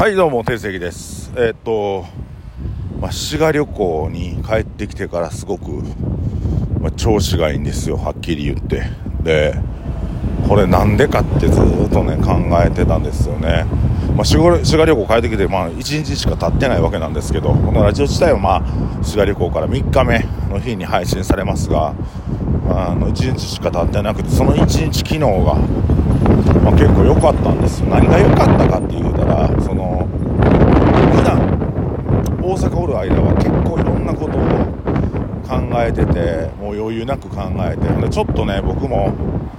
はいどうも定石です。滋賀旅行に帰ってきてからすごく、調子がいいんですよ、はっきり言って。でこれなんでかってずっとね考えてたんですよね。滋賀旅行帰ってきて1日しか経ってないわけなんですけど、このラジオ自体は滋賀旅行から3日目の日に配信されますが、1日しか経ってなくて、その1日機能が結構良かったんですよ。何が良かったかって言うたら、普段大阪おる間は結構いろんなことを考えてて、もう余裕なく考えて、でちょっとね僕も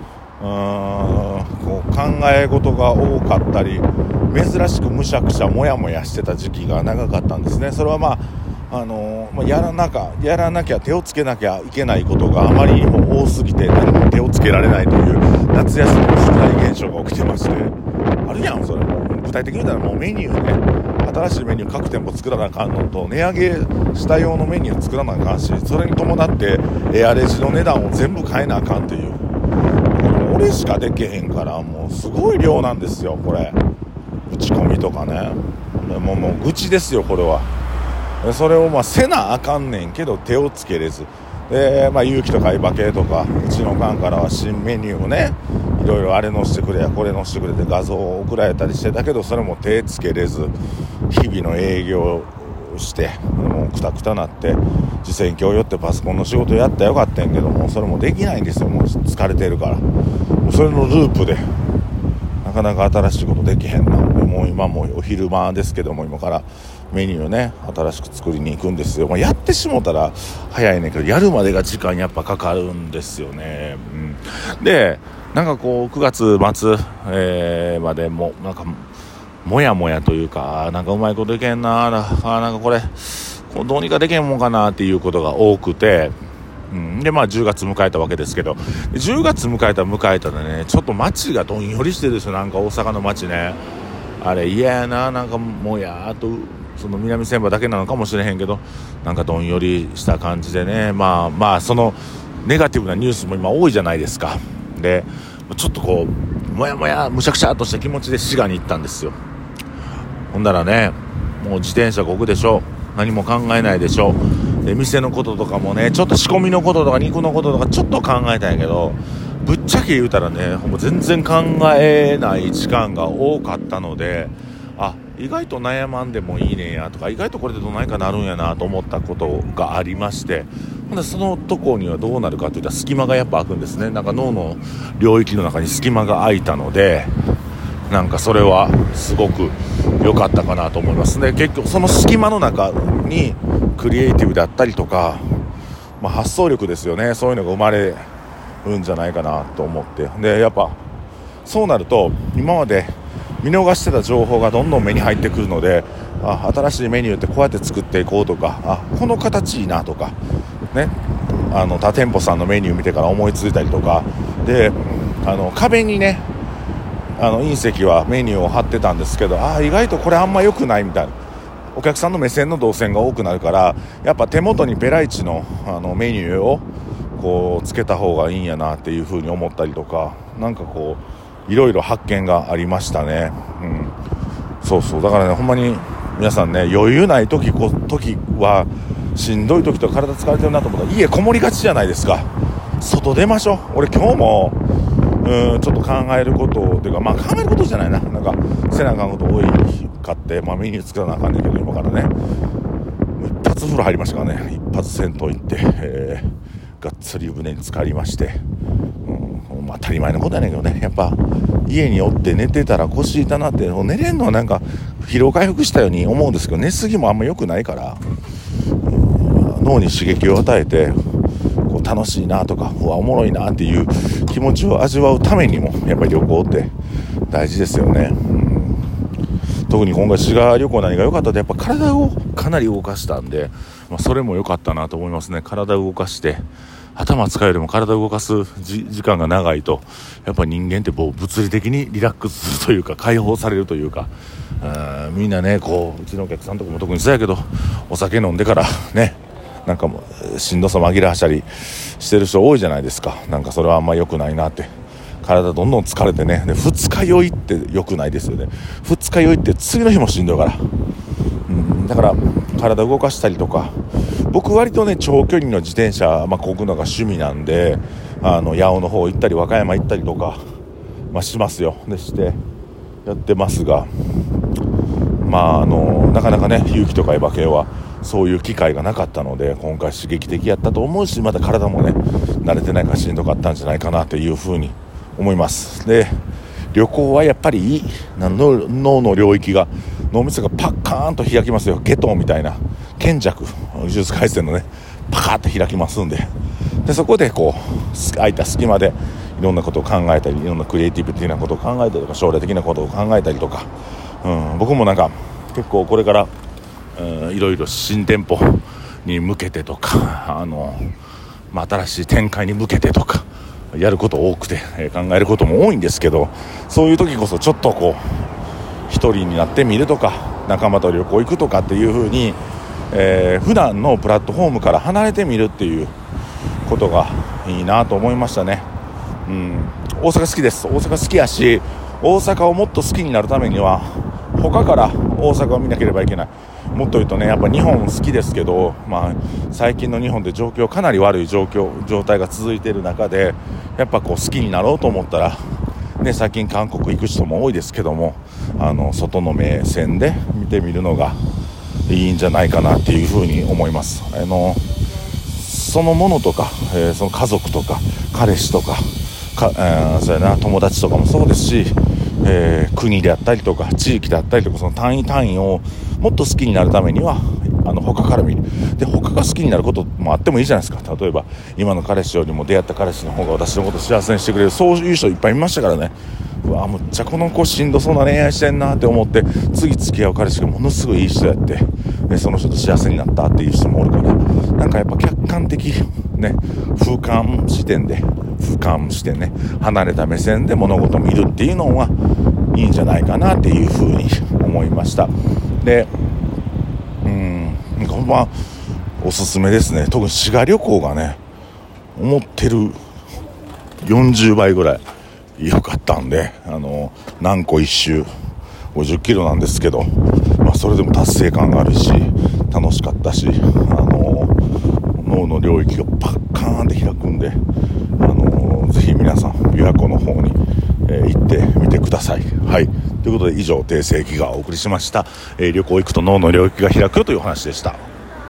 考え事が多かったり、珍しくむしゃくしゃモヤモヤしてた時期が長かったんですね。それはやらなきゃ手をつけなきゃいけないことがあまりにも多すぎて、何も手をつけられないという夏休みの宿題現象が起きてまして、あるやんそれ。もう具体的に言うたらもうメニューね、新しいメニュー各店舗作らなあかんのと、値上げした用のメニュー作らなあかんし、それに伴ってエアレジの値段を全部変えなあかんという、俺しかできへんから、もうすごい量なんですよこれ。打ち込みとかね、もう愚痴ですよこれは。それをせなあかんねんけど手をつけれずで、勇気とかいばけとか、うちの館からは新メニューをね、いろいろあれ載せてくれやこれ載せてくれて画像を送られたりしてたけど、それも手つけれず日々の営業をして、もうクタクタなって受選挙を寄ってパソコンの仕事やったらよかったんやけども、それもできないんですよ。もう疲れてるから。もうそれのループでなかなか新しいことできへんな。もう今もお昼間ですけども、今からメニューをね新しく作りに行くんですよ。やってしもたら早いねんけど、やるまでが時間やっぱかかるんですよね。で9月末、までももやもやというか、うまいこといけんな、これどうにかできへんもんかなっていうことが多くて、で10月迎えたわけですけど、10月迎えたでね、ちょっと街がどんよりしてるんですよ。大阪の街ね、あれ嫌やな。もやーっと、その南千葉だけなのかもしれへんけど、どんよりした感じでね、そのネガティブなニュースも今多いじゃないですか。でちょっともやもやむしゃくしゃっとした気持ちで滋賀に行ったんですよ。ほんだらね、もう自転車こぐでしょ、何も考えないでしょ。で店のこととかもね、ちょっと仕込みのこととか肉のこととかちょっと考えたんやけど、ぶっちゃけ言うたらね、もう全然考えない時間が多かったので、意外と悩まんでもいいねやとか、意外とこれでどないかなるんやなと思ったことがありまして、そのとこにはどうなるかといったら隙間がやっぱ空くんですね。脳の領域の中に隙間が空いたので、それはすごく良かったかなと思いますね。結局その隙間の中にクリエイティブだったりとか、発想力ですよね、そういうのが生まれるんじゃないかなと思って、でやっぱそうなると今まで見逃してた情報がどんどん目に入ってくるので、新しいメニューってこうやって作っていこうとか、この形いいなとかね、他店舗さんのメニュー見てから思いついたりとかで、壁にね隕石はメニューを貼ってたんですけど、意外とこれあんま良くないみたいな、お客さんの目線の動線が多くなるから、やっぱ手元にペライチのメニューをつけた方がいいんやなっていう風に思ったりとか、いろいろ発見がありましたね。だからね、ほんまに皆さんね、余裕ない時はしんどい時とか体疲れてるなと思ったら家こもりがちじゃないですか。外出ましょう。俺今日もちょっと考えることというか、考えることじゃないな、せなあかんこと多いかって、メニュー作らなあかんねんけど、今からね一発風呂入りましたからね、一発銭湯行って、がっつり湯船に浸かりまして、当たり前のことやねんけどね、やっぱ家におって寝てたら腰痛なって、寝れんのは疲労回復したように思うんですけど、寝すぎもあんま良くないから、脳に刺激を与えて楽しいなとかおもろいなっていう気持ちを味わうためにも、やっぱり旅行って大事ですよね。特に今回滋賀旅行何が良かったって、やっぱ体をかなり動かしたんで、それも良かったなと思いますね。体を動かして頭使うよりも体を動かす時間が長いと、やっぱり人間って物理的にリラックスするというか、解放されるというか、みんなねうちのお客さんとかも特にそうやけど、お酒飲んでからねもうしんどさ紛らわしたりしてる人多いじゃないですか。それはあんま良くないなって体どんどん疲れてね、で二日酔いって良くないですよね。二日酔いって次の日もしんどいから、だから体動かしたりとか、僕割とね長距離の自転車、漕ぐのが趣味なんで、八尾の方行ったり和歌山行ったりとか、しますよ。でしてやってますが、なかなかね勇気とかエヴァ系はそういう機会がなかったので、今回刺激的やったと思うし、まだ体もね慣れてないからしんどかったんじゃないかなというふうに思います。で、旅行はやっぱりいい脳の領域が、脳みそがパッカーンと開きますよ。ゲトみたいな賢弱、呪術廻戦のねパカーッと開きますんで、そこでこう空いた隙間でいろんなことを考えたり、いろんなクリエイティブ的なことを考えたりとか、将来的なことを考えたりとか、僕もなんか結構これからいろいろ新店舗に向けてとか、新しい展開に向けてとかやること多くて、考えることも多いんですけど、そういう時こそちょっとこう一人になってみるとか、仲間と旅行行くとかっていう風に、普段のプラットフォームから離れてみるっていうことがいいなと思いましたね。大阪好きです。大阪好きやし、大阪をもっと好きになるためには他から大阪を見なければいけない。もっと言うとね、やっぱ日本好きですけど、最近の日本で状況かなり悪い状態が続いている中で、やっぱこう好きになろうと思ったらね、最近韓国行く人も多いですけども、外の目線で見てみるのがいいんじゃないかなっていうふうに思います。そのものとか、その家族とか彼氏とかそうやな、友達とかもそうですし、国であったりとか地域であったりとか、その単位をもっと好きになるためには他から見る。で、他が好きになることもあってもいいじゃないですか。例えば今の彼氏よりも出会った彼氏の方が私のことを幸せにしてくれる、そういう人いっぱいいましたからね。むっちゃこの子しんどそうな恋愛してんなって思って、次付き合う彼氏がものすごいいい人やって、その人と幸せになったっていう人もおるから、なんかやっぱ客観的ね、俯瞰視点ね、離れた目線で物事を見るっていうのはいいんじゃないかなっていうふうに思いました。で、ほんまおすすめですね。特に滋賀旅行がね、思ってる40倍ぐらい良かったんで、南湖一周50キロなんですけど、それでも達成感があるし楽しかったし、脳の領域がパッカーンって開くんで、ぜひ皆さん琵琶湖の方に、行ってみてください。はい、ということで以上、定世紀がお送りしました、旅行行くと脳の領域が開くという話でした。